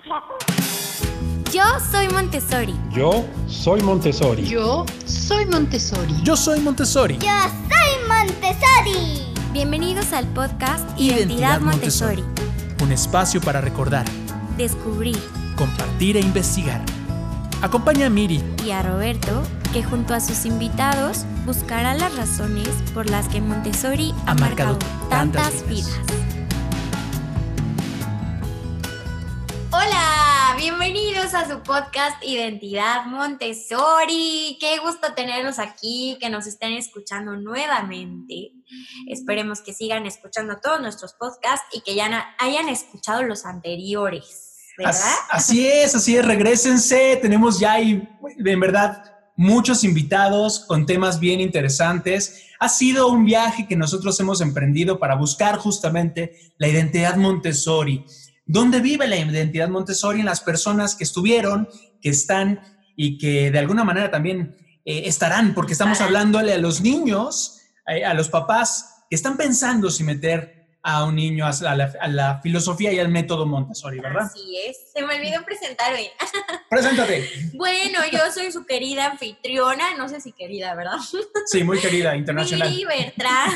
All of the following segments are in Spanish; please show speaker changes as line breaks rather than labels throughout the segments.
Yo soy Montessori.
Yo soy Montessori.
Yo soy Montessori.
Yo soy Montessori.
Yo soy Montessori.
Bienvenidos al podcast Identidad Montessori.
Un espacio para recordar,
descubrir,
compartir e investigar. Acompaña a Miri
y a Roberto, que junto a sus invitados buscarán las razones por las que Montessori ha marcado tantas vidas. Hola, bienvenidos a su podcast Identidad Montessori. Qué gusto tenerlos aquí, que nos estén escuchando nuevamente. Esperemos que sigan escuchando todos nuestros podcasts y que ya hayan escuchado los anteriores, ¿verdad?
Así es, regrésense. Tenemos ya, en verdad, muchos invitados con temas bien interesantes. Ha sido un viaje que nosotros hemos emprendido para buscar justamente la identidad Montessori. ¿Dónde vive la identidad Montessori? En las personas que estuvieron, que están y que de alguna manera también estarán, porque estamos hablándole a los niños, a los papás que están pensando si meter a un niño a la filosofía y al método Montessori, ¿verdad?
Así es. Se me olvidó presentarme.
Preséntate.
Bueno, yo soy su querida anfitriona, no sé si querida, ¿verdad?
Sí, muy querida, internacional.
Miri Bertrán.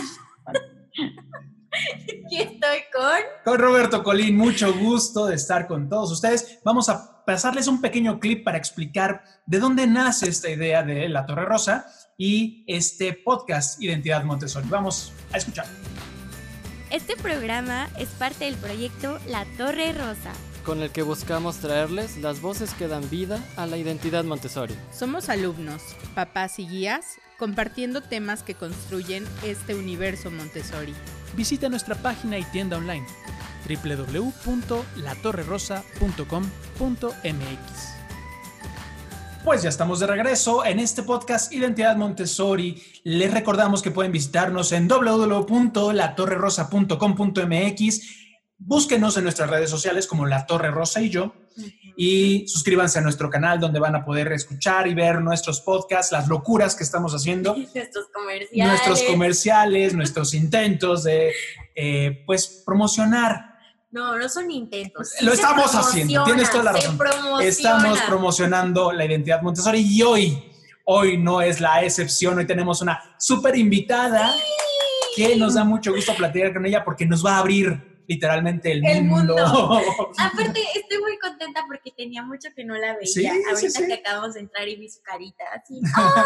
Aquí estoy
con Roberto Colín. Mucho gusto de estar con todos ustedes. Vamos a pasarles un pequeño clip para explicar de dónde nace esta idea de La Torre Rosa y este podcast Identidad Montessori. Vamos a escuchar.
Este programa es parte del proyecto La Torre Rosa,
con el que buscamos traerles las voces que dan vida a la identidad Montessori.
Somos alumnos, papás y guías, compartiendo temas que construyen este universo Montessori.
Visita nuestra página y tienda online www.latorrerosa.com.mx. Pues ya estamos de regreso en este podcast Identidad Montessori. Les recordamos que pueden visitarnos en www.latorrerosa.com.mx. Búsquenos en nuestras redes sociales como La Torre Rosa y yo. Y suscríbanse a nuestro canal donde van a poder escuchar y ver nuestros podcasts, las locuras que estamos haciendo. Nuestros comerciales, nuestros intentos de promocionar.
No son intentos.
Lo estamos haciendo, tienes toda la razón. Estamos promocionando la identidad Montessori y hoy no es la excepción. Hoy tenemos una súper invitada que nos da mucho gusto platicar con ella porque nos va a abrir literalmente el mundo.
Aparte, estoy muy contenta porque tenía mucho que no la veía.
Sí,
ahorita
sí.
que acabamos de entrar y vi su carita así. ¡Oh!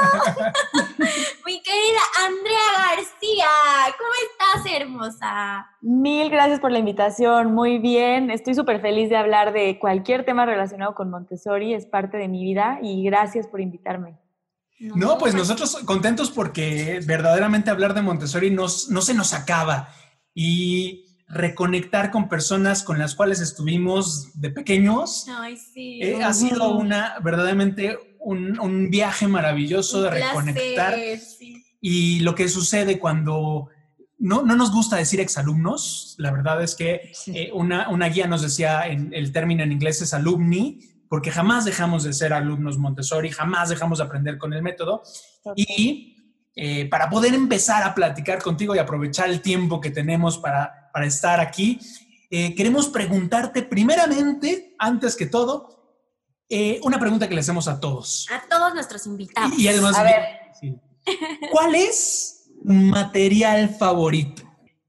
Mi querida Andrea García, ¿cómo estás, hermosa?
Mil gracias por la invitación, muy bien. Estoy súper feliz de hablar de cualquier tema relacionado con Montessori, es parte de mi vida y gracias por invitarme.
No, pues nosotros contentos porque verdaderamente hablar de Montessori no se nos acaba y reconectar con personas con las cuales estuvimos de pequeños.
Ay, sí.
Ha sido verdaderamente un viaje maravilloso de reconectar.
Sí.
Y lo que sucede cuando no nos gusta decir exalumnos, la verdad es que una guía nos decía, el término en inglés es alumni, porque jamás dejamos de ser alumnos Montessori, jamás dejamos de aprender con el método. Okay. Y para poder empezar a platicar contigo y aprovechar el tiempo que tenemos para estar aquí, queremos preguntarte primeramente, antes que todo, una pregunta que le hacemos a todos.
A todos nuestros invitados.
Y además,
a ver.
Sí. ¿Cuál es tu material favorito?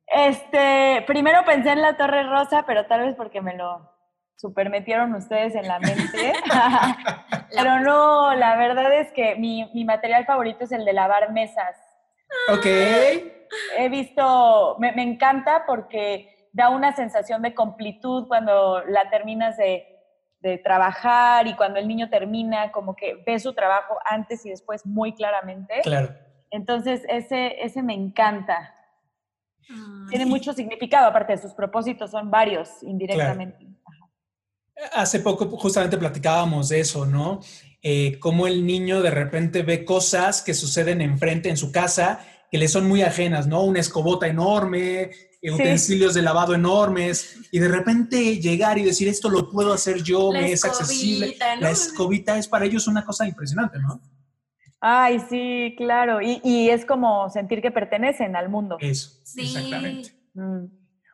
Primero pensé en La Torre Rosa, pero tal vez porque me lo supermetieron ustedes en la mente. Pero no, la verdad es que mi material favorito es el de lavar mesas.
Ok.
He visto, me encanta porque da una sensación de completud cuando la terminas de trabajar y cuando el niño termina, como que ve su trabajo antes y después muy claramente.
Claro.
Entonces, ese me encanta. Tiene mucho significado, aparte de sus propósitos, son varios indirectamente. Claro.
Hace poco justamente platicábamos de eso, ¿no? Cómo el niño de repente ve cosas que suceden enfrente en su casa que le son muy ajenas, ¿no? Una escobota enorme, utensilios de lavado enormes, y de repente llegar y decir, esto lo puedo hacer yo, me es accesible. ¿No? La escobita es para ellos una cosa impresionante, ¿no?
Ay, sí, claro. Y es como sentir que pertenecen al mundo.
Eso,
sí.
Exactamente.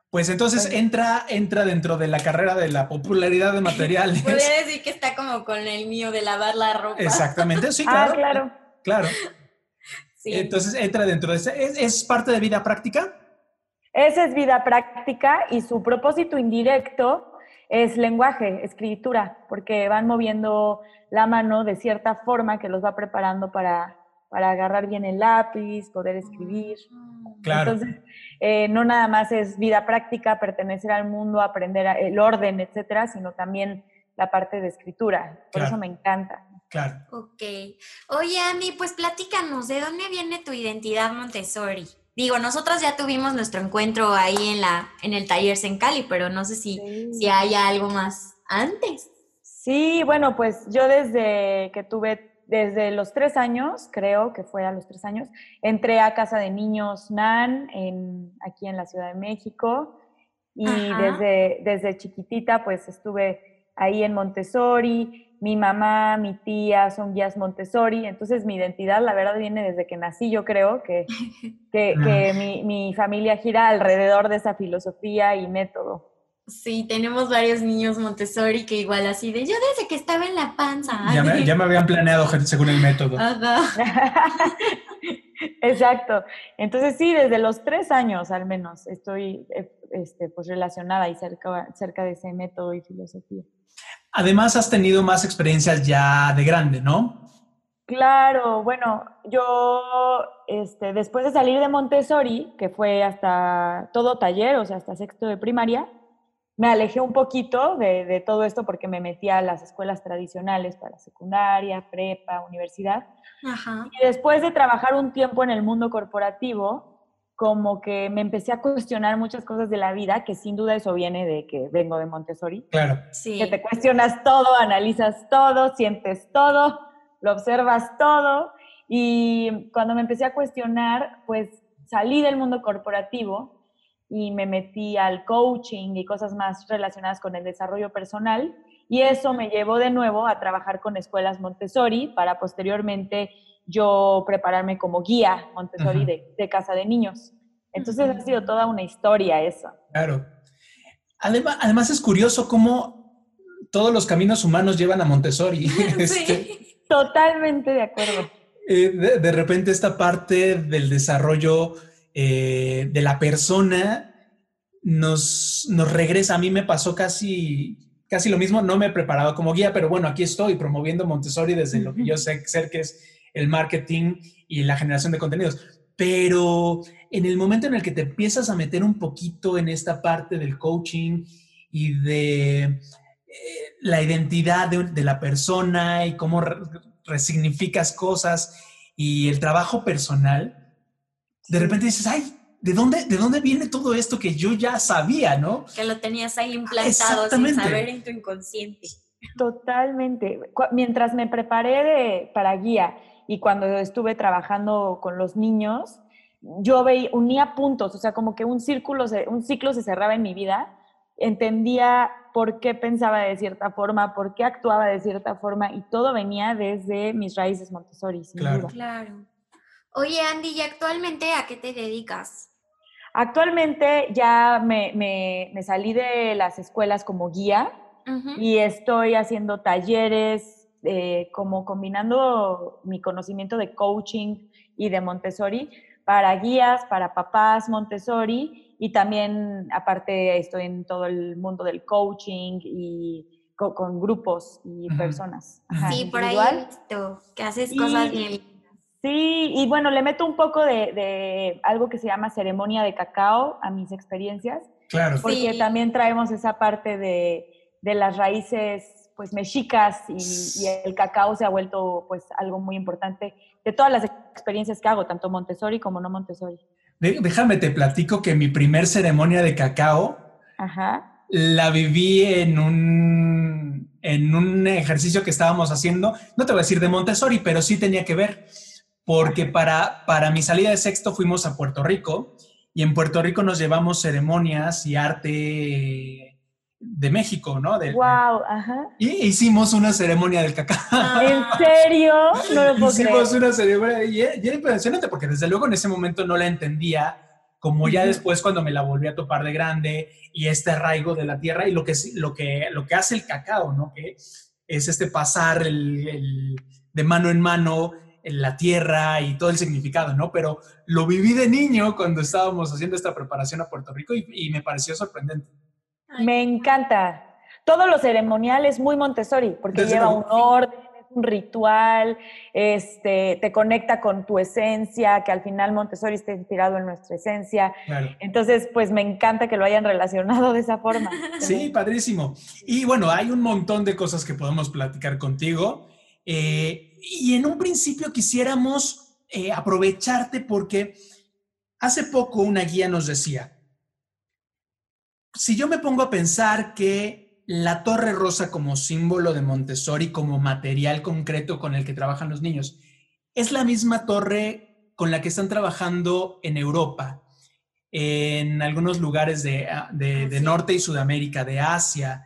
Pues entonces entra dentro de la carrera de la popularidad de materiales.
Podría decir que está como con el mío de lavar la ropa.
Exactamente, sí, claro. Claro.
Sí.
Entonces entra dentro de ese. ¿Es parte de vida práctica?
Esa es vida práctica y su propósito indirecto es lenguaje, escritura, porque van moviendo la mano de cierta forma que los va preparando para agarrar bien el lápiz, poder escribir.
Claro.
Entonces, no nada más es vida práctica, pertenecer al mundo, aprender el orden, etcétera, sino también la parte de escritura. Por eso me encanta.
Claro.
Ok. Oye, Andy, pues platícanos, ¿de dónde viene tu identidad Montessori? Digo, nosotros ya tuvimos nuestro encuentro ahí en el taller Sencali, pero no sé si hay algo más antes. Sí,
bueno, pues yo desde los 3 años, creo que fue a los 3 años, entré a Casa de Niños NAN aquí en la Ciudad de México y desde chiquitita pues estuve ahí en Montessori. Mi mamá, mi tía son guías Montessori, entonces mi identidad la verdad viene desde que nací, yo creo que mi familia gira alrededor de esa filosofía y método.
Sí, tenemos varios niños Montessori que igual así de yo desde que estaba en la panza.
Ya me habían planeado según el método.
Ajá.
Exacto. Entonces sí, desde los 3 años al menos estoy pues relacionada y cerca de ese método y filosofía.
Además has tenido más experiencias ya de grande, ¿no?
Claro, bueno, yo después de salir de Montessori, que fue hasta todo taller, o sea, hasta 6º de primaria, me alejé un poquito de todo esto porque me metí a las escuelas tradicionales para secundaria, prepa, universidad.
Ajá.
Y después de trabajar un tiempo en el mundo corporativo, como que me empecé a cuestionar muchas cosas de la vida, que sin duda eso viene de que vengo de Montessori.
Claro.
Sí.
Que te cuestionas todo, analizas todo, sientes todo, lo observas todo. Y cuando me empecé a cuestionar, pues salí del mundo corporativo y me metí al coaching y cosas más relacionadas con el desarrollo personal. Y eso me llevó de nuevo a trabajar con escuelas Montessori para posteriormente yo prepararme como guía Montessori de Casa de Niños. Entonces ha sido toda una historia eso.
Claro. Además es curioso cómo todos los caminos humanos llevan a Montessori.
Sí.
Totalmente de acuerdo.
De repente esta parte del desarrollo de la persona nos regresa. A mí me pasó casi lo mismo. No me he preparado como guía, pero bueno, aquí estoy promoviendo Montessori desde lo que yo sé que es el marketing y la generación de contenidos. Pero en el momento en el que te empiezas a meter un poquito en esta parte del coaching y de la identidad de la persona y cómo resignificas cosas y el trabajo personal, de repente dices, ay, ¿de dónde viene todo esto que yo ya sabía, no?
Que lo tenías ahí implantado sin saber en tu inconsciente.
Totalmente. Mientras me preparé para guía y cuando estuve trabajando con los niños, yo unía puntos, o sea, como que un ciclo se cerraba en mi vida, entendía por qué pensaba de cierta forma, por qué actuaba de cierta forma, y todo venía desde mis raíces Montessori, sin duda.
Claro. Oye, Andy, ¿y actualmente a qué te dedicas?
Actualmente ya me salí de las escuelas como guía y estoy haciendo talleres, como combinando mi conocimiento de coaching y de Montessori para guías, para papás Montessori, y también aparte estoy en todo el mundo del coaching y con grupos y personas.
Sí, por ahí he visto que haces cosas bien.
Sí, y bueno, le meto un poco de algo que se llama ceremonia de cacao a mis experiencias.
Claro.
Porque también traemos esa parte de las raíces pues mexicas y el cacao se ha vuelto pues algo muy importante de todas las experiencias que hago, tanto Montessori como no Montessori.
Déjame te platico que mi primer ceremonia de cacao la viví en un ejercicio que estábamos haciendo, no te voy a decir de Montessori, pero sí tenía que ver, porque para mi salida de sexto fuimos a Puerto Rico y en Puerto Rico nos llevamos ceremonias y arte de México, ¿no?
¡Wow!
Y hicimos una ceremonia del cacao.
¿En serio? No lo puedo creer.
Hicimos una ceremonia y era impresionante porque desde luego en ese momento no la entendía como ya después cuando me la volví a topar de grande y este arraigo de la tierra y lo que hace el cacao, ¿no? Que es pasar de mano en mano en la tierra y todo el significado, ¿no? Pero lo viví de niño cuando estábamos haciendo esta preparación a Puerto Rico y me pareció sorprendente.
Me encanta. Todo lo ceremonial es muy Montessori, porque
Desde
lleva
luego.
un orden, es un ritual, te conecta con tu esencia, que al final Montessori está inspirado en nuestra esencia.
Claro.
Entonces, pues me encanta que lo hayan relacionado de esa forma.
Sí, padrísimo. Y bueno, hay un montón de cosas que podemos platicar contigo. Y en un principio quisiéramos aprovecharte porque hace poco una guía nos decía, si yo me pongo a pensar que la torre rosa como símbolo de Montessori, como material concreto con el que trabajan los niños, es la misma torre con la que están trabajando en Europa, en algunos lugares de Norte y Sudamérica, de Asia,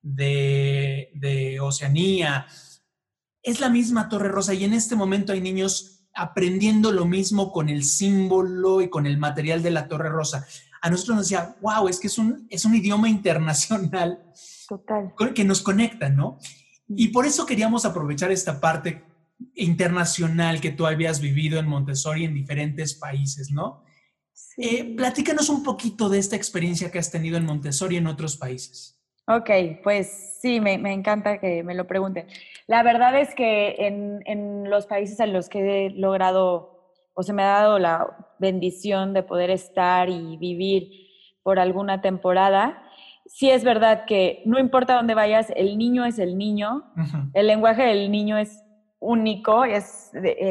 de Oceanía. Es la misma torre rosa y en este momento hay niños aprendiendo lo mismo con el símbolo y con el material de la torre rosa. A nosotros nos decía, wow, es que es un idioma internacional.
Total.
Que nos conecta, ¿no? Y por eso queríamos aprovechar esta parte internacional que tú habías vivido en Montessori en diferentes países, ¿no? Sí. Platícanos un poquito de esta experiencia que has tenido en Montessori en otros países.
Ok, pues sí, me encanta que me lo pregunten. La verdad es que en los países en los que he logrado, o se me ha dado la bendición de poder estar y vivir por alguna temporada, sí es verdad que no importa dónde vayas, el niño es el niño, el lenguaje del niño es único, es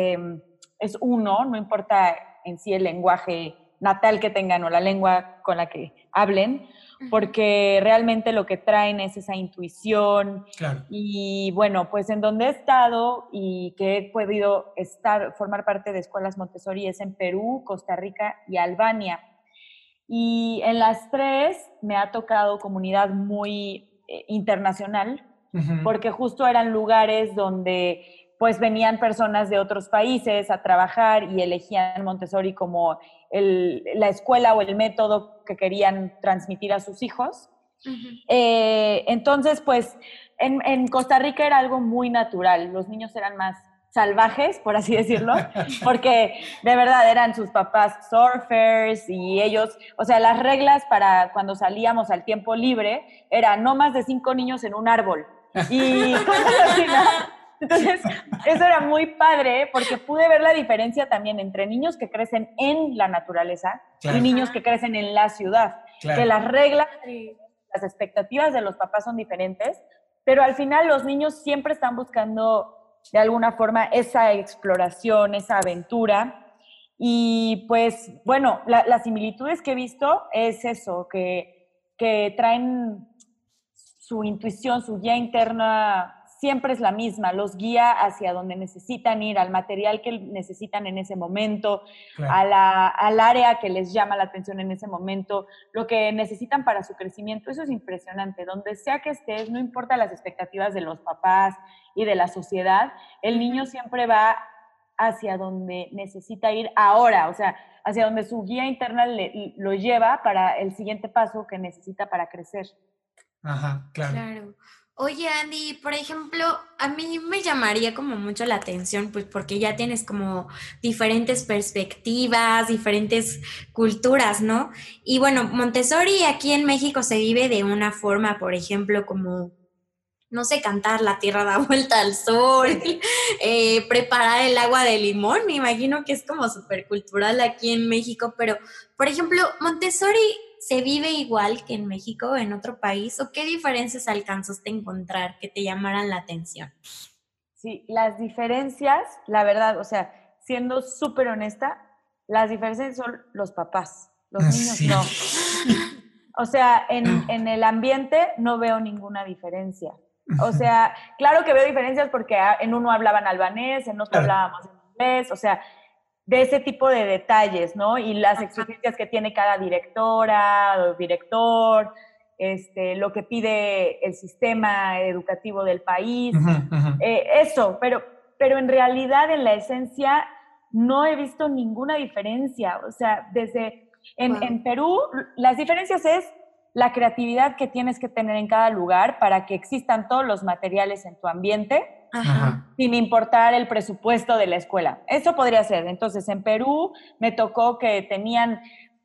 uno, no importa en sí el lenguaje natal que tengan o la lengua con la que hablen, porque realmente lo que traen es esa intuición.
Claro.
Y bueno, pues en donde he estado y que he podido formar parte de escuelas Montessori es en Perú, Costa Rica y Albania. Y en las tres me ha tocado comunidad muy internacional, porque justo eran lugares donde pues venían personas de otros países a trabajar y elegían Montessori como la escuela o el método que querían transmitir a sus hijos. Entonces, pues en Costa Rica era algo muy natural, los niños eran más salvajes, por así decirlo, porque de verdad eran sus papás surfers y ellos, o sea, las reglas para cuando salíamos al tiempo libre era no más de 5 niños en un árbol y cosas así, ¿no? Entonces, eso era muy padre porque pude ver la diferencia también entre niños que crecen en la naturaleza y niños que crecen en la ciudad, que las reglas y las expectativas de los papás son diferentes, pero al final los niños siempre están buscando de alguna forma esa exploración, esa aventura. Y pues, bueno, las similitudes que he visto es eso, que traen su intuición, su guía interna, siempre es la misma, los guía hacia donde necesitan ir, al material que necesitan en ese momento, al área que les llama la atención en ese momento, lo que necesitan para su crecimiento. Eso es impresionante. Donde sea que estés, no importa las expectativas de los papás y de la sociedad, el niño siempre va hacia donde necesita ir ahora, o sea, hacia donde su guía interna lo lleva para el siguiente paso que necesita para crecer.
Ajá, claro.
Oye, Andy, por ejemplo, a mí me llamaría como mucho la atención, pues porque ya tienes como diferentes perspectivas, diferentes culturas, ¿no? Y bueno, Montessori aquí en México se vive de una forma, por ejemplo, como, no sé, cantar La Tierra da vuelta al sol, preparar el agua de limón, me imagino que es como súper cultural aquí en México, pero, por ejemplo, Montessori ¿se vive igual que en México o en otro país? ¿O qué diferencias alcanzaste a encontrar que te llamaran la atención?
Sí, las diferencias, la verdad, o sea, siendo súper honesta, las diferencias son los papás, los niños no. O sea, en el ambiente no veo ninguna diferencia. O sea, claro que veo diferencias porque en uno hablaban albanés, en otro hablábamos inglés, o sea, de ese tipo de detalles, ¿no? Y las exigencias que tiene cada directora o director, lo que pide el sistema educativo del país, eso, pero en realidad, en la esencia, no he visto ninguna diferencia. O sea, desde En Perú, las diferencias es la creatividad que tienes que tener en cada lugar para que existan todos los materiales en tu ambiente, sin importar el presupuesto de la escuela. Eso podría ser. Entonces, en Perú me tocó que tenían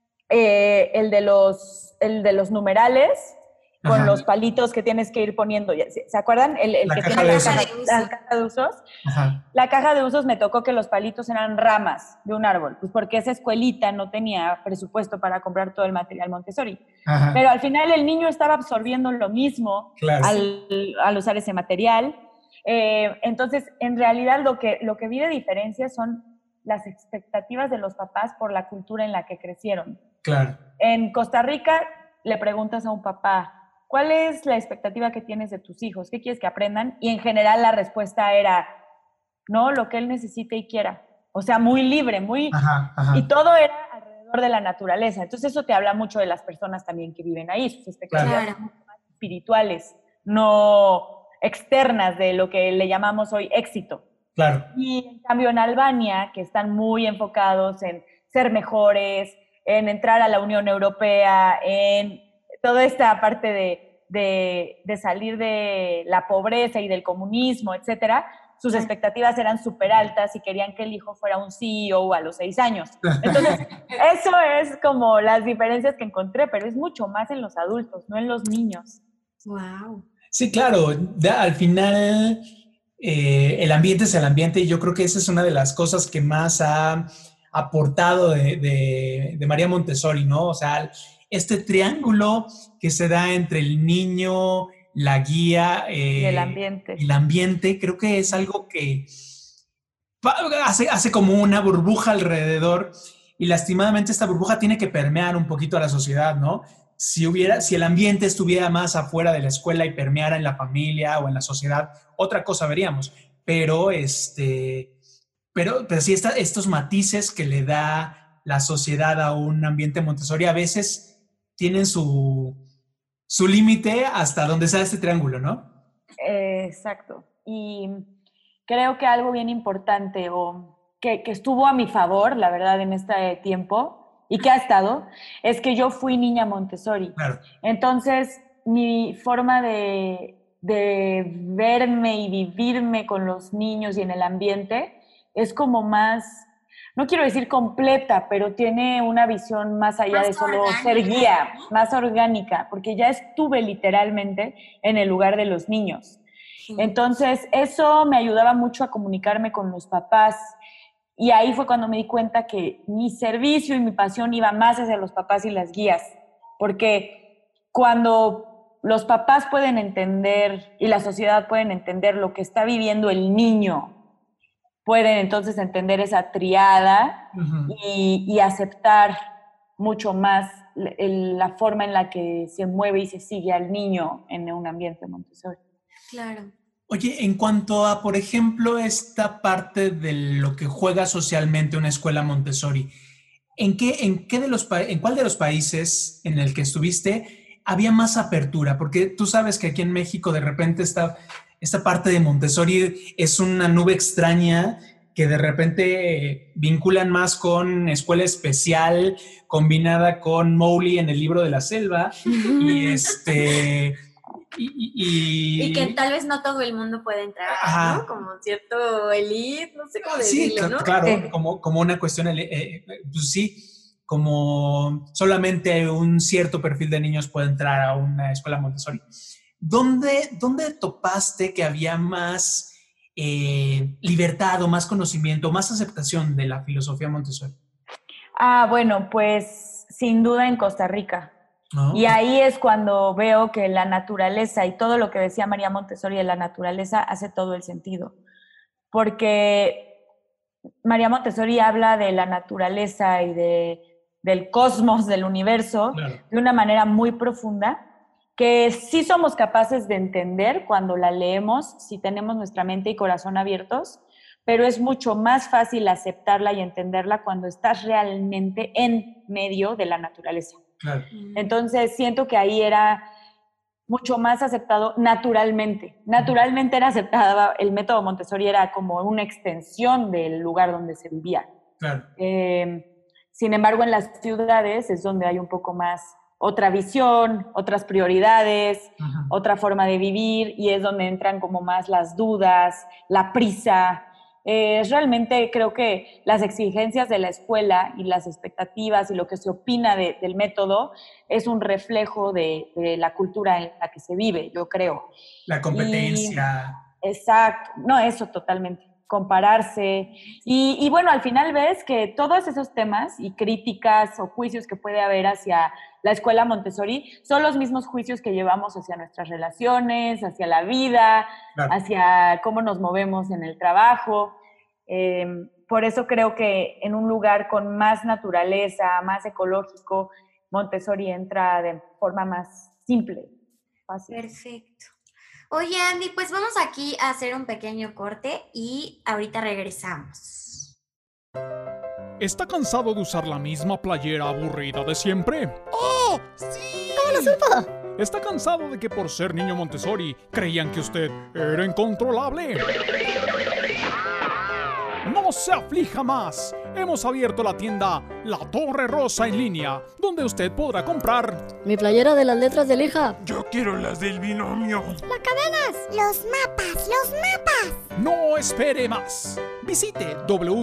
el de los numerales, con los palitos que tienes que ir poniendo. ¿Se acuerdan? El que tiene la caja de usos. La caja de usos me tocó que los palitos eran ramas de un árbol, pues porque esa escuelita no tenía presupuesto para comprar todo el material Montessori. Pero al final el niño estaba absorbiendo lo mismo al usar ese material. Entonces, en realidad lo que vi de diferencia son las expectativas de los papás por la cultura en la que crecieron.
Claro.
En Costa Rica le preguntas a un papá, ¿cuál es la expectativa que tienes de tus hijos? ¿Qué quieres que aprendan? Y en general la respuesta era, no, lo que él necesite y quiera. O sea, muy libre, muy... Y todo era alrededor de la naturaleza. Entonces eso te habla mucho de las personas también que viven ahí, sus expectativas son mucho más espirituales, no externas de lo que le llamamos hoy éxito.
Claro.
Y en cambio en Albania, que están muy enfocados en ser mejores, en entrar a la Unión Europea, en toda esta parte de salir de la pobreza y del comunismo, etcétera, sus expectativas eran súper altas y querían que el hijo fuera un CEO a los 6 años. Entonces, eso es como las diferencias que encontré, pero es mucho más en los adultos, no en los niños.
Wow.
Sí, claro. Al final, el ambiente es el ambiente y yo creo que esa es una de las cosas que más ha aportado de María Montessori, ¿no? O sea, este triángulo que se da entre el niño, la guía
y el
ambiente, creo que es algo que hace como una burbuja alrededor y lastimadamente esta burbuja tiene que permear un poquito a la sociedad, ¿no? Si el ambiente estuviera más afuera de la escuela y permeara en la familia o en la sociedad, otra cosa veríamos. Pero sí, estos matices que le da la sociedad a un ambiente Montessori a veces tienen su límite hasta donde sale este triángulo, ¿no?
Exacto. Y creo que algo bien importante o que estuvo a mi favor, la verdad, en este tiempo y que ha estado, es que yo fui niña Montessori.
Claro.
Entonces, mi forma de verme y vivirme con los niños y en el ambiente es como más, no quiero decir completa, pero tiene una visión más allá más de solo ser guía, ¿no? Más orgánica, porque ya estuve literalmente en el lugar de los niños. Sí. Entonces, eso me ayudaba mucho a comunicarme con los papás y ahí fue cuando me di cuenta que mi servicio y mi pasión iba más hacia los papás y las guías, porque cuando los papás pueden entender y la sociedad pueden entender lo que está viviendo el niño, pueden entonces entender esa triada y aceptar mucho más la forma en la que se mueve y se sigue al niño en un ambiente Montessori.
Claro.
Oye, en cuanto a, por ejemplo, esta parte de lo que juega socialmente una escuela Montessori, ¿en cuál de los países en el que estuviste había más apertura? Porque tú sabes que aquí en México de repente esta parte de Montessori es una nube extraña que de repente vinculan más con escuela especial combinada con Mowgli en el libro de la selva
y que tal vez no todo el mundo puede entrar, ¿no? Como cierto elite, no sé cómo decirlo, ¿no?
Claro, como una cuestión, pues sí, como solamente un cierto perfil de niños puede entrar a una escuela Montessori. ¿Dónde topaste que había más libertad o más conocimiento, más aceptación de la filosofía Montessori?
Bueno, pues sin duda en Costa Rica.
¿No?
Y ahí es cuando veo que la naturaleza y todo lo que decía María Montessori de la naturaleza hace todo el sentido. Porque María Montessori habla de la naturaleza y del cosmos, del universo, claro, de una manera muy profunda, que sí somos capaces de entender cuando la leemos, si tenemos nuestra mente y corazón abiertos, pero es mucho más fácil aceptarla y entenderla cuando estás realmente en medio de la naturaleza.
Claro.
Entonces siento que ahí era mucho más aceptado naturalmente. Naturalmente era aceptada, el método Montessori era como una extensión del lugar donde se vivía.
Claro.
Sin embargo, en las ciudades es donde hay un poco más otra visión, otras prioridades, otra forma de vivir, y es donde entran como más las dudas, la prisa. Realmente creo que las exigencias de la escuela y las expectativas y lo que se opina del método es un reflejo de la cultura en la que se vive, yo creo.
La competencia.
Exacto, no, eso totalmente. Compararse. Y bueno, al final ves que todos esos temas y críticas o juicios que puede haber hacia la escuela Montessori son los mismos juicios que llevamos hacia nuestras relaciones, hacia la vida, claro, hacia cómo nos movemos en el trabajo. Por eso creo que en un lugar con más naturaleza, más ecológico, Montessori entra de forma más simple, fácil.
Perfecto. Oye, Andy, pues vamos aquí a hacer un pequeño corte y ahorita regresamos.
¿Está cansado de usar la misma playera aburrida de siempre?
¡Oh, sí! ¿Cómo lo supo?
¿Está cansado de que por ser niño Montessori creían que usted era incontrolable? No se aflija más. Hemos abierto la tienda La Torre Rosa en línea, donde usted podrá comprar
mi playera de las letras de Lija.
Yo quiero las del binomio.
Las cadenas. Los mapas.
No espere más. Visite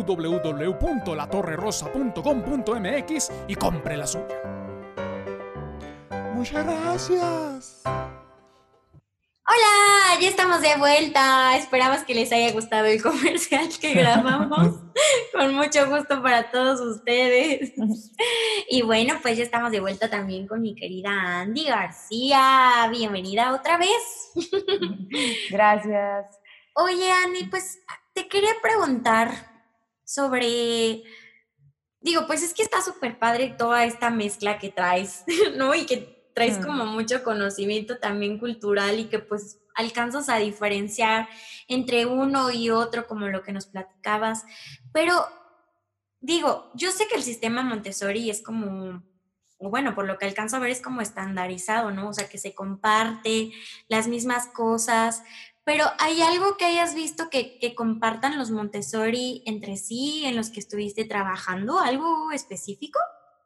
www.latorrerosa.com.mx y compre la suya.
Muchas gracias.
Hola, ya estamos de vuelta. Esperamos que les haya gustado el comercial que grabamos. Con mucho gusto para todos ustedes. Y bueno, pues ya estamos de vuelta también con mi querida Andy García. Bienvenida otra vez.
Gracias.
Oye, Andy, pues te quería preguntar sobre... Digo, pues es que está súper padre toda esta mezcla que traes, ¿no? Y que traes como mucho conocimiento también cultural y que pues alcanzas a diferenciar entre uno y otro, como lo que nos platicabas. Pero, digo, yo sé que el sistema Montessori es como, bueno, por lo que alcanzo a ver es como estandarizado, ¿no? O sea, que se comparte las mismas cosas, pero ¿hay algo que hayas visto que compartan los Montessori entre sí, en los que estuviste trabajando? ¿Algo específico?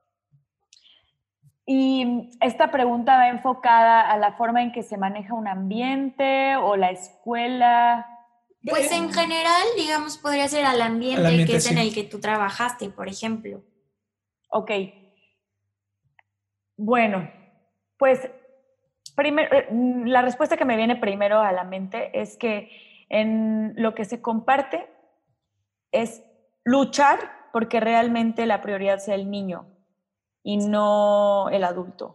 Y esta pregunta va enfocada a la forma en que se maneja un ambiente o la escuela.
Pues en general, digamos, podría ser al ambiente que es sí, en el que tú trabajaste, por ejemplo.
Ok. Bueno, pues la respuesta que me viene primero a la mente es que en lo que se comparte es luchar porque realmente la prioridad sea el niño y no el adulto.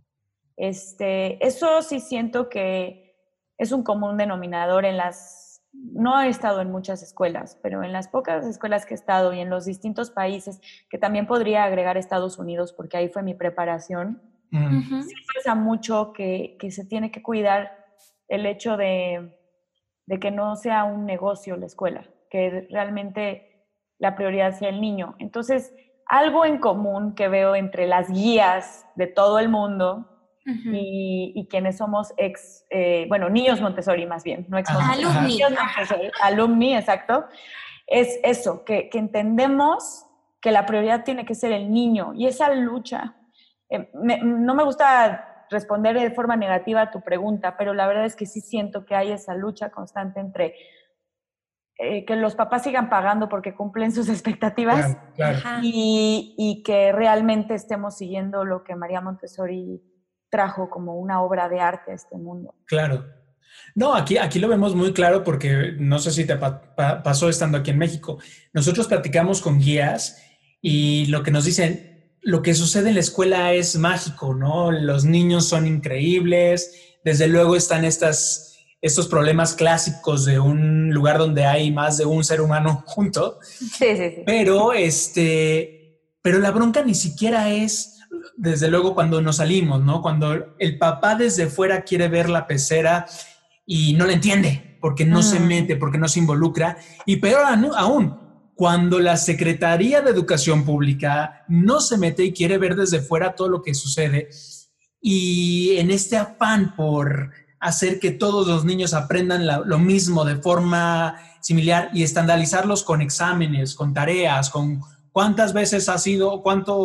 Eso sí siento que es un común denominador en no he estado en muchas escuelas, pero en las pocas escuelas que he estado y en los distintos países, que también podría agregar Estados Unidos, porque ahí fue mi preparación, sí pasa mucho que se tiene que cuidar el hecho de que no sea un negocio la escuela, que realmente la prioridad sea el niño. Entonces, algo en común que veo entre las guías de todo el mundo y quienes somos niños Montessori más bien, no ex Montessori. Alumni, exacto, es eso, que entendemos que la prioridad tiene que ser el niño y esa lucha. No me gusta responder de forma negativa a tu pregunta, pero la verdad es que sí siento que hay esa lucha constante entre que los papás sigan pagando porque cumplen sus expectativas, claro. Y que realmente estemos siguiendo lo que María Montessori trajo como una obra de arte a este mundo.
Claro. No, aquí lo vemos muy claro porque no sé si te pasó estando aquí en México. Nosotros platicamos con guías y lo que nos dicen, lo que sucede en la escuela es mágico, ¿no? Los niños son increíbles, desde luego están estos problemas clásicos de un lugar donde hay más de un ser humano junto.
Sí.
Pero la bronca ni siquiera es, desde luego, cuando nos salimos, ¿no? Cuando el papá desde fuera quiere ver la pecera y no la entiende, porque no se mete, porque no se involucra. Y peor aún, cuando la Secretaría de Educación Pública no se mete y quiere ver desde fuera todo lo que sucede. Y en este afán por hacer que todos los niños aprendan lo mismo de forma similar y estandarizarlos con exámenes, con tareas, con ¿Cuántas veces has ido,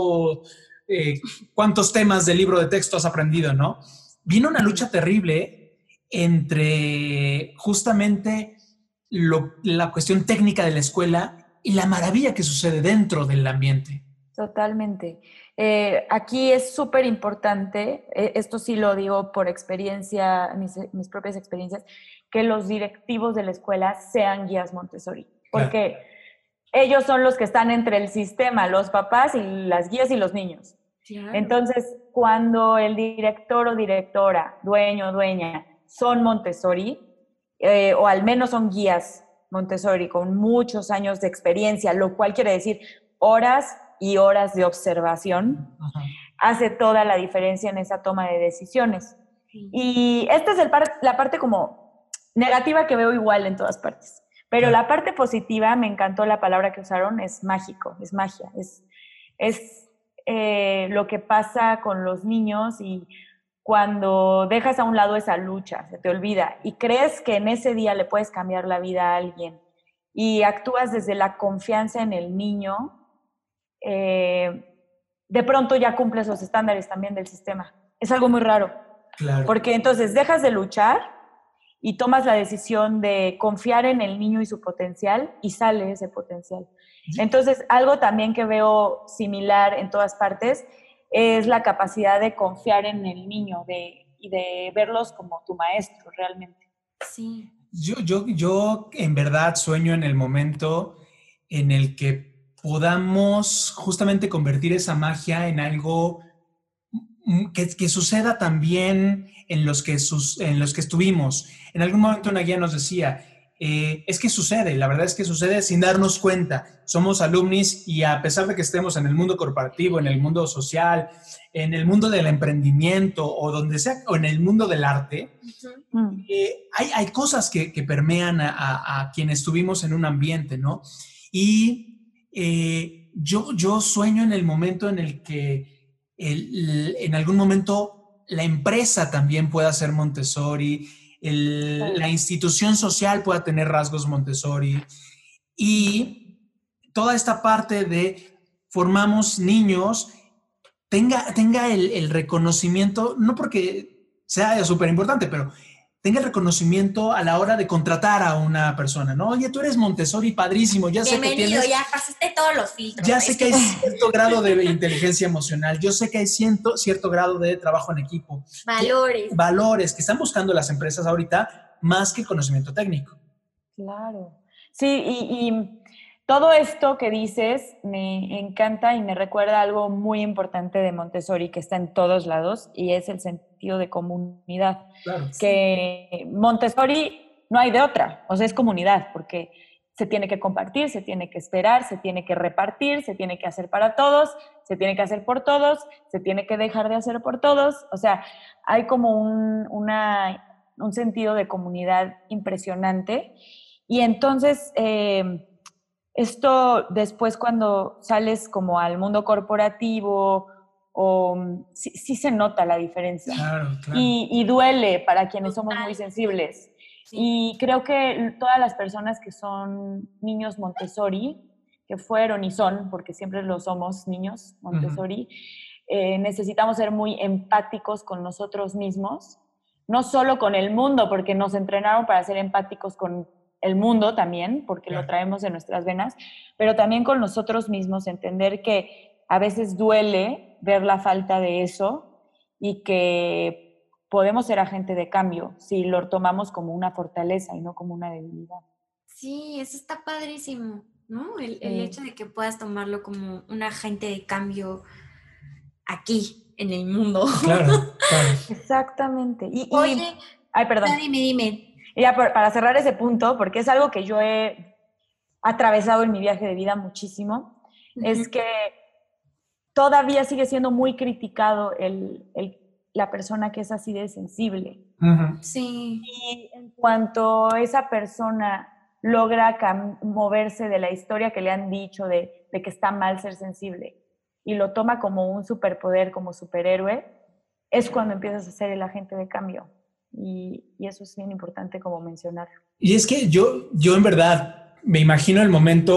cuántos temas del libro de texto has aprendido, no? Viene una lucha terrible entre justamente la cuestión técnica de la escuela y la maravilla que sucede dentro del ambiente.
Totalmente. Aquí es súper importante, esto sí lo digo por experiencia, mis propias experiencias, que los directivos de la escuela sean guías Montessori, porque ellos son los que están entre el sistema, los papás y las guías y los niños. Claro. Entonces, cuando el director o directora, dueño o dueña, son Montessori, o al menos son guías Montessori con muchos años de experiencia, lo cual quiere decir horas y horas de observación, hace toda la diferencia en esa toma de decisiones. Sí. Y esta es la parte como negativa que veo igual en todas partes. Pero la parte positiva, me encantó la palabra que usaron, es mágico, es magia, es lo que pasa con los niños y cuando dejas a un lado esa lucha, se te olvida y crees que en ese día le puedes cambiar la vida a alguien y actúas desde la confianza en el niño, de pronto ya cumples los estándares también del sistema. Es algo muy raro. Claro. Porque entonces dejas de luchar y tomas la decisión de confiar en el niño y su potencial y sale ese potencial. Entonces, algo también que veo similar en todas partes es la capacidad de confiar en el niño y de verlos como tu maestro realmente.
Sí.
Yo en verdad sueño en el momento en el que podamos justamente convertir esa magia en algo que suceda también en los que estuvimos. En algún momento una guía nos decía, es que sucede, la verdad es que sucede sin darnos cuenta. Somos alumnis y a pesar de que estemos en el mundo corporativo, en el mundo social, en el mundo del emprendimiento o donde sea, o en el mundo del arte, hay cosas que permean a quienes estuvimos en un ambiente, ¿no? Y yo sueño en el momento en el que en algún momento la empresa también pueda ser Montessori, la institución social pueda tener rasgos Montessori y toda esta parte de formamos niños tenga el reconocimiento, no porque sea súper importante, pero tenga el reconocimiento a la hora de contratar a una persona, ¿no? Oye, tú eres Montessori, padrísimo, ya sé que tienes...
ya pasaste todos los filtros.
Ya sé que hay cierto grado de inteligencia emocional, yo sé que hay cierto grado de trabajo en equipo. Valores que están buscando las empresas ahorita más que conocimiento técnico.
Claro. Sí, y todo esto que dices me encanta y me recuerda algo muy importante de Montessori que está en todos lados y es el sentido de comunidad. Claro. Que Montessori no hay de otra, o sea, es comunidad porque se tiene que compartir, se tiene que esperar, se tiene que repartir, se tiene que hacer para todos, se tiene que hacer por todos, se tiene que dejar de hacer por todos. O sea, hay como un sentido de comunidad impresionante y entonces... esto después cuando sales como al mundo corporativo sí se nota la diferencia.
Claro.
Y duele para quienes somos muy sensibles. Sí. Y creo que todas las personas que son niños Montessori, que fueron y son, porque siempre lo somos niños Montessori, necesitamos ser muy empáticos con nosotros mismos, no solo con el mundo, porque nos entrenaron para ser empáticos con el mundo también, porque lo traemos en nuestras venas, pero también con nosotros mismos, entender que a veces duele ver la falta de eso y que podemos ser agente de cambio si lo tomamos como una fortaleza y no como una debilidad.
Sí, eso está padrísimo, ¿no? El hecho de que puedas tomarlo como un agente de cambio aquí, en el mundo.
Claro.
Exactamente.
Oye,
ay, perdón.
Dime.
Y ya para cerrar ese punto, porque es algo que yo he atravesado en mi viaje de vida muchísimo, es que todavía sigue siendo muy criticado la persona que es así de sensible.
Sí.
Y en cuanto esa persona logra moverse de la historia que le han dicho de que está mal ser sensible y lo toma como un superpoder, como superhéroe, es cuando empiezas a ser el agente de cambio. Y eso es bien importante como mencionar.
Y es que yo en verdad me imagino el momento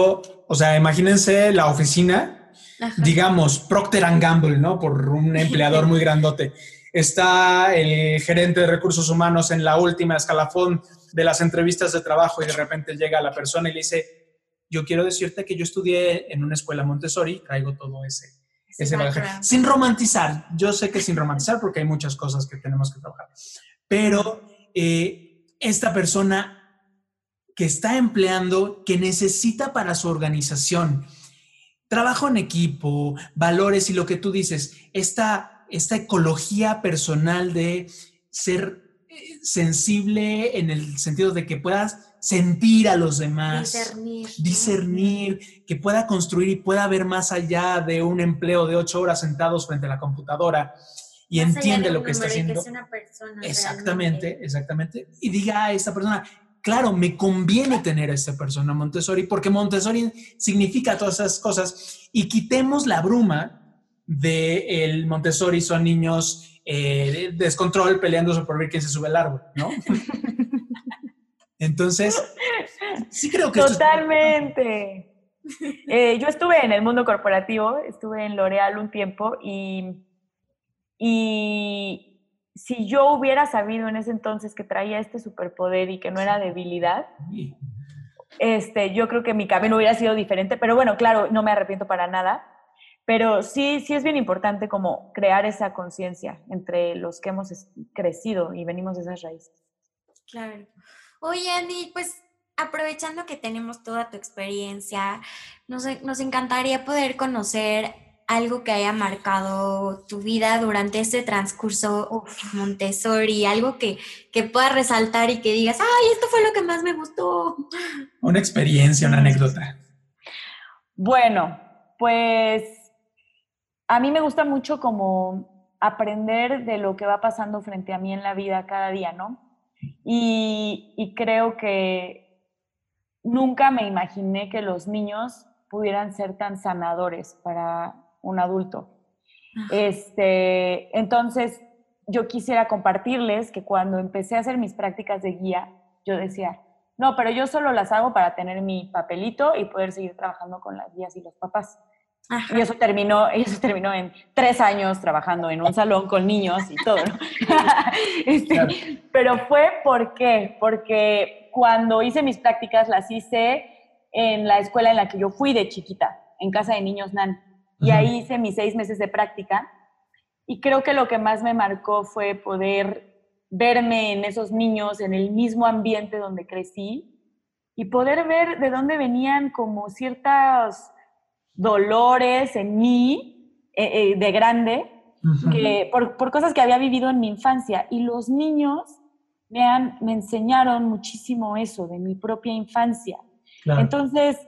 o sea, imagínense la oficina,
Ajá.
digamos, Procter & Gamble, ¿no? Por un empleador muy grandote. Está el gerente de recursos humanos en la última escalafón de las entrevistas de trabajo y de repente llega la persona y le dice, yo quiero decirte que yo estudié en una escuela Montessori, traigo todo ese bagaje. Sin romantizar, yo sé que sin romantizar porque hay muchas cosas que tenemos que trabajar, pero esta persona que está empleando, que necesita para su organización, trabajo en equipo, valores y lo que tú dices, esta ecología personal de ser sensible en el sentido de que puedas sentir a los demás, discernir, que pueda construir y pueda ver más allá de un empleo de 8 horas sentados frente a la computadora y más entiende lo que está haciendo. Que es una persona exactamente. Y diga a esta persona, claro, me conviene tener a esta persona Montessori porque Montessori significa todas esas cosas y quitemos la bruma de el Montessori son niños descontrol peleándose por ver quién se sube al árbol, ¿no? Entonces, sí creo que
totalmente. Yo estuve en el mundo corporativo, estuve en L'Oréal un tiempo y si yo hubiera sabido en ese entonces que traía este superpoder y que no era debilidad, yo creo que mi camino hubiera sido diferente, pero bueno, claro, no me arrepiento para nada. Pero sí es bien importante como crear esa conciencia entre los que hemos crecido y venimos de esas raíces.
Claro. Oye, Andy, pues aprovechando que tenemos toda tu experiencia, nos encantaría poder conocer algo que haya marcado tu vida durante este transcurso Montessori, algo que puedas resaltar y que digas, ¡ay, esto fue lo que más me gustó!
Una experiencia, una anécdota.
Bueno, pues a mí me gusta mucho como aprender de lo que va pasando frente a mí en la vida cada día, ¿no? Y creo que nunca me imaginé que los niños pudieran ser tan sanadores para un adulto. Entonces, yo quisiera compartirles que cuando empecé a hacer mis prácticas de guía, yo decía, no, pero yo solo las hago para tener mi papelito y poder seguir trabajando con las guías y los papás. Ajá. Y eso terminó en 3 años trabajando en un salón con niños y todo, ¿no? Claro. Pero fue porque cuando hice mis prácticas las hice en la escuela en la que yo fui de chiquita, en Casa de Niños NAN. Y ahí hice mis 6 meses de práctica. Y creo que lo que más me marcó fue poder verme en esos niños, en el mismo ambiente donde crecí, y poder ver de dónde venían como ciertos dolores en mí, de grande, que por cosas que había vivido en mi infancia. Y los niños me enseñaron muchísimo eso de mi propia infancia. Claro. Entonces,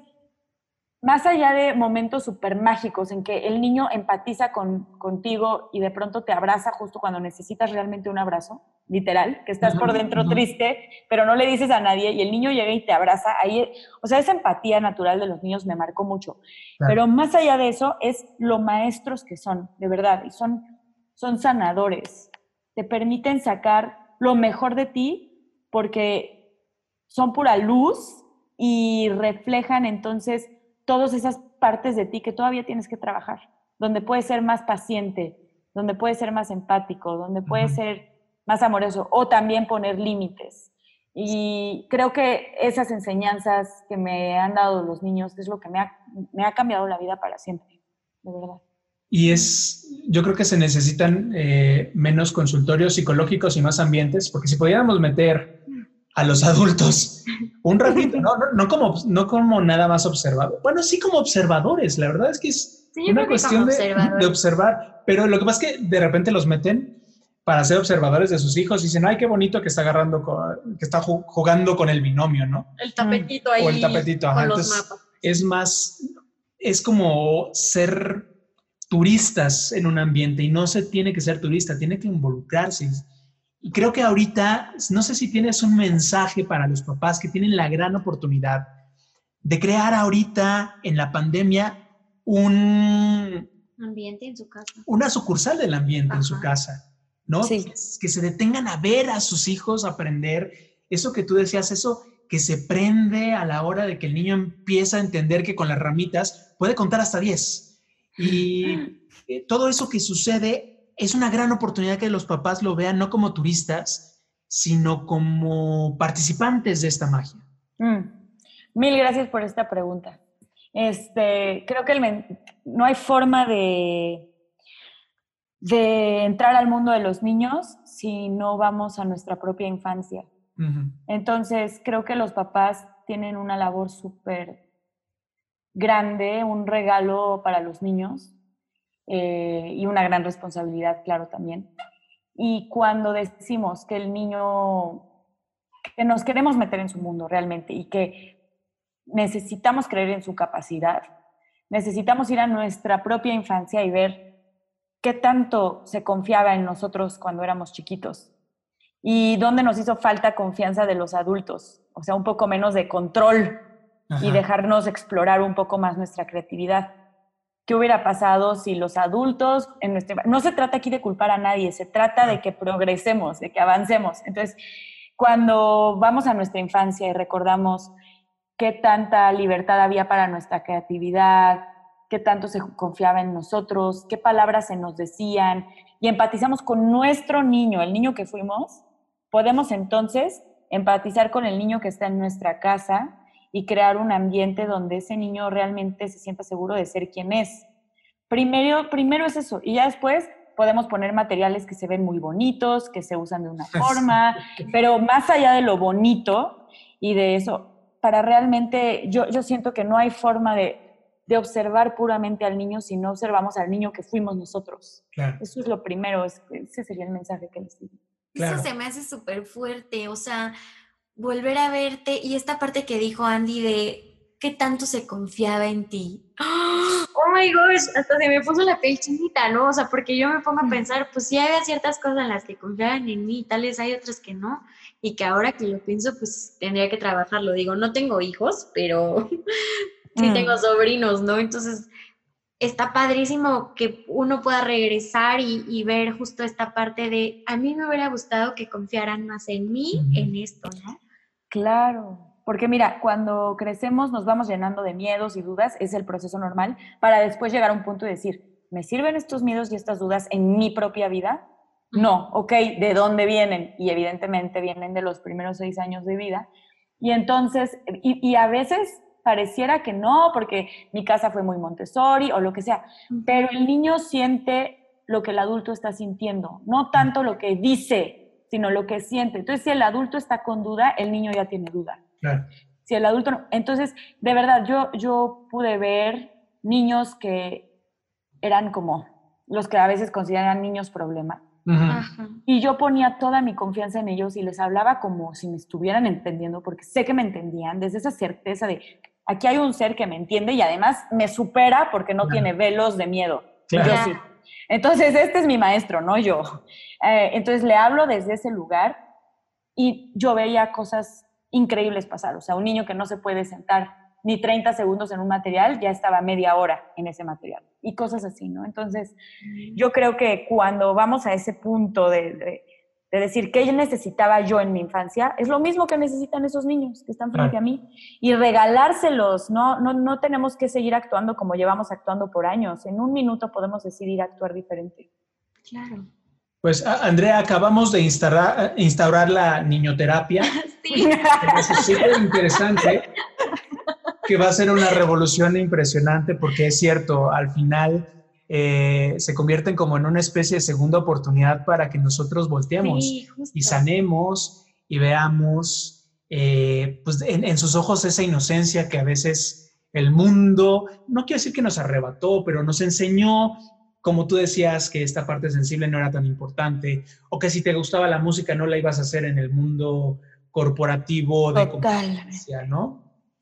más allá de momentos súper mágicos en que el niño empatiza contigo y de pronto te abraza justo cuando necesitas realmente un abrazo, literal, que estás por dentro triste, pero no le dices a nadie y el niño llega y te abraza, ahí, o sea, esa empatía natural de los niños me marcó mucho. Claro. Pero más allá de eso es lo maestros que son, de verdad, y son sanadores. Te permiten sacar lo mejor de ti porque son pura luz y reflejan entonces todas esas partes de ti que todavía tienes que trabajar, donde puedes ser más paciente, donde puedes ser más empático, donde puedes ser más amoroso o también poner límites. Y creo que esas enseñanzas que me han dado los niños es lo que me ha cambiado la vida para siempre, de verdad.
Y yo creo que se necesitan menos consultorios psicológicos y más ambientes, porque si pudiéramos meter a los adultos un ratito, no como nada más observador. Bueno, sí como observadores, la verdad es que es una cuestión de observar, pero lo que pasa es que de repente los meten para ser observadores de sus hijos y dicen, ay, qué bonito que está que está jugando con el binomio, ¿no?
El tapetito ahí.
O el tapetito,
con
entonces,
los mapas.
Es como ser turistas en un ambiente y no se tiene que ser turista, tiene que involucrarse. Y creo que ahorita, no sé si tienes un mensaje para los papás que tienen la gran oportunidad de crear ahorita en la pandemia un
ambiente en su casa.
Una sucursal del ambiente en su casa, ¿no? Sí. Que se detengan a ver a sus hijos aprender eso que tú decías, eso que se prende a la hora de que el niño empieza a entender que con las ramitas puede contar hasta 10. Y todo eso que sucede es una gran oportunidad que los papás lo vean no como turistas, sino como participantes de esta magia.
Mil gracias por esta pregunta. Creo que no hay forma de entrar al mundo de los niños si no vamos a nuestra propia infancia. Uh-huh. Entonces, creo que los papás tienen una labor súper grande, un regalo para los niños y una gran responsabilidad, claro, también. Y cuando decimos que el niño, que nos queremos meter en su mundo realmente y que necesitamos creer en su capacidad, necesitamos ir a nuestra propia infancia y ver qué tanto se confiaba en nosotros cuando éramos chiquitos y dónde nos hizo falta confianza de los adultos, o sea, un poco menos de control. Ajá. Y dejarnos explorar un poco más nuestra creatividad. ¿Qué hubiera pasado si los adultos no se trata aquí de culpar a nadie, se trata de que progresemos, de que avancemos? Entonces, cuando vamos a nuestra infancia y recordamos qué tanta libertad había para nuestra creatividad, qué tanto se confiaba en nosotros, qué palabras se nos decían, y empatizamos con nuestro niño, el niño que fuimos, podemos entonces empatizar con el niño que está en nuestra casa y crear un ambiente donde ese niño realmente se sienta seguro de ser quien es. Primero es eso, y ya después podemos poner materiales que se ven muy bonitos, que se usan de una forma, pero más allá de lo bonito y de eso, para realmente, yo siento que no hay forma de observar puramente al niño si no observamos al niño que fuimos nosotros. Claro. Eso es lo primero, ese sería el mensaje que les digo.
Claro. Eso se me hace súper fuerte, o sea, volver a verte y esta parte que dijo Andy de qué tanto se confiaba en ti. Oh my gosh, hasta se me puso la piel chinita, ¿no? O sea, porque yo me pongo a pensar, pues sí había ciertas cosas en las que confiaban en mí, tal vez hay otras que no, y que ahora que lo pienso, pues tendría que trabajarlo. Digo, no tengo hijos, pero sí tengo sobrinos, ¿no? Entonces, está padrísimo que uno pueda regresar y ver justo esta parte de, a mí me hubiera gustado que confiaran más en mí, en esto, ¿no?
Claro, porque mira, cuando crecemos nos vamos llenando de miedos y dudas, es el proceso normal, para después llegar a un punto y decir, ¿me sirven estos miedos y estas dudas en mi propia vida? No, ok, ¿de dónde vienen? Y evidentemente vienen de los primeros 6 años de vida. Y entonces, y a veces pareciera que no, porque mi casa fue muy Montessori o lo que sea, pero el niño siente lo que el adulto está sintiendo, no tanto lo que dice, sino lo que siente. Entonces, si el adulto está con duda, el niño ya tiene duda. Claro. Si el adulto no, entonces, de verdad, yo pude ver niños que eran como los que a veces consideran niños problema. Uh-huh. Y yo ponía toda mi confianza en ellos y les hablaba como si me estuvieran entendiendo, porque sé que me entendían, desde esa certeza de aquí hay un ser que me entiende y además me supera porque no tiene velos de miedo. Claro. Yo sí. Entonces, este es mi maestro, no yo. Entonces, le hablo desde ese lugar y yo veía cosas increíbles pasar. O sea, un niño que no se puede sentar ni 30 segundos en un material, ya estaba media hora en ese material. Y cosas así, ¿no? Entonces, yo creo que cuando vamos a ese punto de decir qué necesitaba yo en mi infancia, es lo mismo que necesitan esos niños que están frente a mí. Y regalárselos, no tenemos que seguir actuando como llevamos actuando por años. En un minuto podemos decidir actuar diferente.
Claro.
Pues, Andrea, acabamos de instaurar la niñoterapia.
Sí.
Es súper interesante, que va a ser una revolución impresionante, porque es cierto, al final se convierten como en una especie de segunda oportunidad para que nosotros volteemos y sanemos y veamos pues en sus ojos esa inocencia que a veces el mundo, no quiero decir que nos arrebató, pero nos enseñó, como tú decías, que esta parte sensible no era tan importante, o que si te gustaba la música no la ibas a hacer en el mundo corporativo de competencia, ¿no?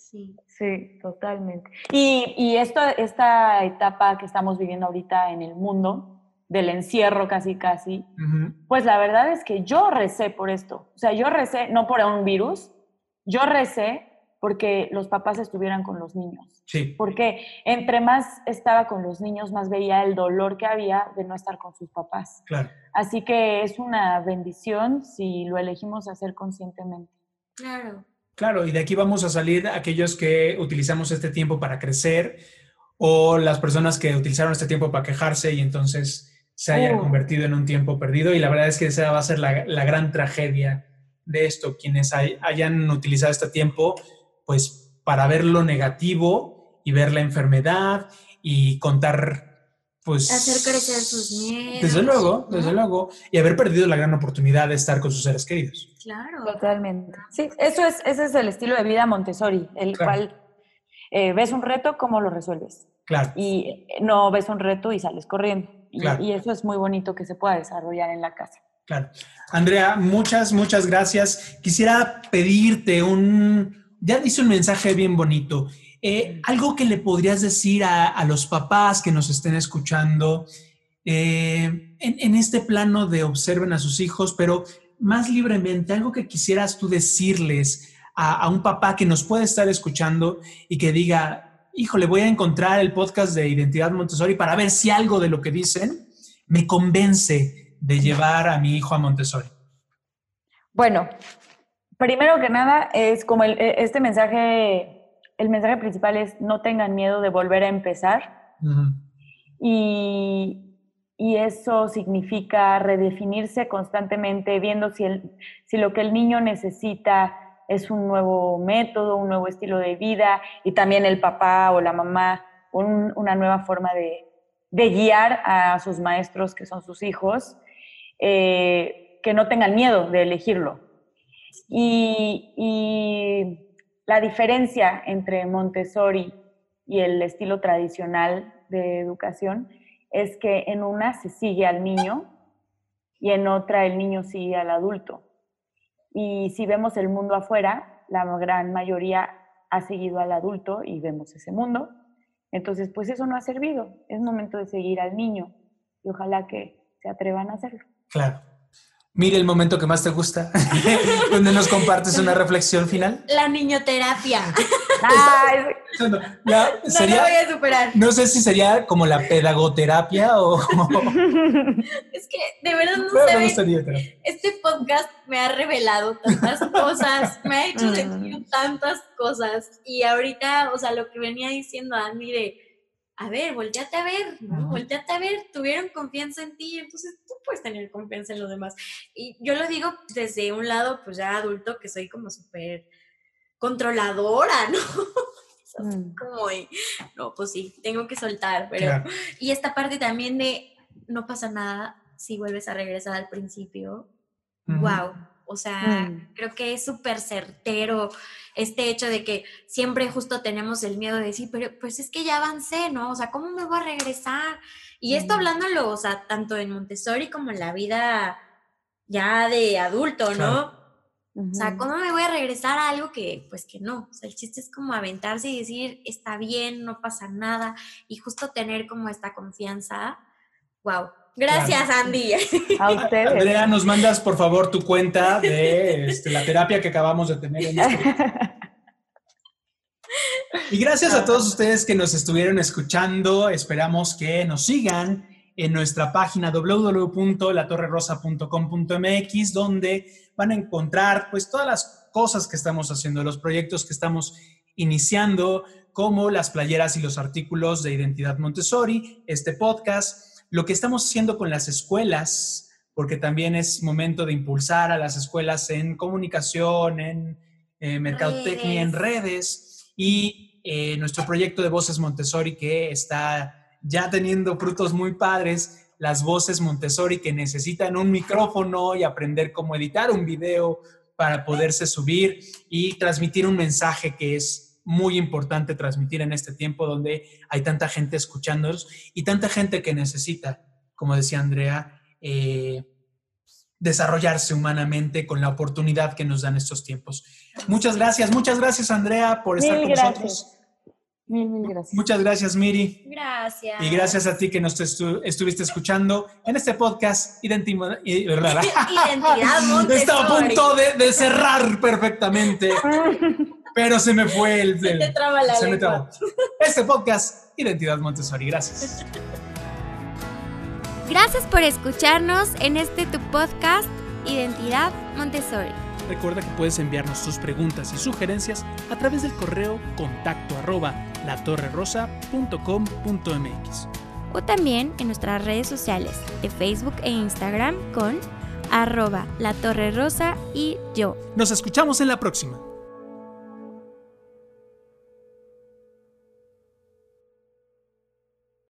Sí, totalmente. Y esta etapa que estamos viviendo ahorita en el mundo, del encierro casi, pues la verdad es que yo recé por esto. O sea, yo recé, no por un virus, yo recé porque los papás estuvieran con los niños.
Sí.
Porque entre más estaba con los niños, más veía el dolor que había de no estar con sus papás.
Claro.
Así que es una bendición si lo elegimos hacer conscientemente.
Claro, y de aquí vamos a salir aquellos que utilizamos este tiempo para crecer o las personas que utilizaron este tiempo para quejarse y entonces se hayan convertido en un tiempo perdido. Y la verdad es que esa va a ser la gran tragedia de esto. Quienes hayan utilizado este tiempo, pues para ver lo negativo y ver la enfermedad y contar, pues...
hacer crecer sus miedos.
Desde luego. Y haber perdido la gran oportunidad de estar con sus seres queridos.
Claro.
Totalmente. Sí, ese es el estilo de vida Montessori, el cual ves un reto, ¿cómo lo resuelves?
Claro.
Y no ves un reto y sales corriendo.
Claro.
Y eso es muy bonito que se pueda desarrollar en la casa.
Claro. Andrea, muchas gracias. Quisiera pedirte ya dice un mensaje bien bonito. Algo que le podrías decir a los papás que nos estén escuchando en este plano de observen a sus hijos, pero más libremente, algo que quisieras tú decirles a un papá que nos puede estar escuchando y que diga, híjole, voy a encontrar el podcast de Identidad Montessori para ver si algo de lo que dicen me convence de llevar a mi hijo a Montessori.
Bueno, primero que nada es como este mensaje, el mensaje principal es no tengan miedo de volver a empezar. Uh-huh. Y eso significa redefinirse constantemente, viendo si lo que el niño necesita es un nuevo método, un nuevo estilo de vida, y también el papá o la mamá, una nueva forma de guiar a sus maestros, que son sus hijos, que no tengan miedo de elegirlo. Y la diferencia entre Montessori y el estilo tradicional de educación es que en una se sigue al niño y en otra el niño sigue al adulto. Y si vemos el mundo afuera, la gran mayoría ha seguido al adulto y vemos ese mundo. Entonces, pues eso no ha servido. Es momento de seguir al niño y ojalá que se atrevan a hacerlo.
Claro. Mire el momento que más te gusta, donde nos compartes una reflexión final.
La niñoterapia.
No
lo voy a superar.
No sé si sería como la pedagoterapia o...
Es que de verdad no saben. Este podcast me ha revelado tantas cosas, me ha hecho sentir tantas cosas. Y ahorita, o sea, lo que venía diciendo Andy de, a ver, volteate a ver, ¿no? Volteate a ver, tuvieron confianza en ti, entonces tú puedes tener confianza en los demás. Y yo lo digo desde un lado, pues ya adulto, que soy como súper controladora, ¿no? Como, no, pues sí, tengo que soltar, pero... Claro. Y esta parte también de, no pasa nada si vuelves a regresar al principio. Wow. O sea, creo que es súper certero este hecho de que siempre justo tenemos el miedo de decir, pero pues es que ya avancé, ¿no? O sea, ¿cómo me voy a regresar? Y esto hablándolo, o sea, tanto en Montessori como en la vida ya de adulto, ¿no? Claro. O sea, ¿cómo me voy a regresar a algo que, pues que no? O sea, el chiste es como aventarse y decir, está bien, no pasa nada, y justo tener como esta confianza. Wow. Gracias, claro. Andy.
A ustedes.
Andrea, nos mandas, por favor, tu cuenta de la terapia que acabamos de tener en este. Y gracias a todos ustedes que nos estuvieron escuchando. Esperamos que nos sigan en nuestra página www.latorrerosa.com.mx, donde van a encontrar pues todas las cosas que estamos haciendo, los proyectos que estamos iniciando, como las playeras y los artículos de Identidad Montessori, este podcast, lo que estamos haciendo con las escuelas, porque también es momento de impulsar a las escuelas en comunicación, en mercadotecnia, en redes, y nuestro proyecto de Voces Montessori, que está ya teniendo frutos muy padres, las voces Montessori que necesitan un micrófono y aprender cómo editar un video para poderse subir y transmitir un mensaje que es muy importante transmitir en este tiempo donde hay tanta gente escuchándonos y tanta gente que necesita, como decía Andrea, desarrollarse humanamente con la oportunidad que nos dan estos tiempos. Muchas gracias Andrea por estar con nosotros.
Mil gracias.
Muchas gracias, Miri.
Gracias.
Y gracias a ti que nos estuviste escuchando en este podcast Identidad
Montessori.
Estaba a punto de cerrar perfectamente, pero se me fue
se te traba la lengua.
Me trabó. Este podcast Identidad Montessori. Gracias.
Gracias por escucharnos en este tu podcast Identidad Montessori.
Recuerda que puedes enviarnos tus preguntas y sugerencias a través del correo contacto@latorrerosa.com.mx
o también en nuestras redes sociales de Facebook e Instagram con @latorrerosa y yo.
Nos escuchamos en la próxima.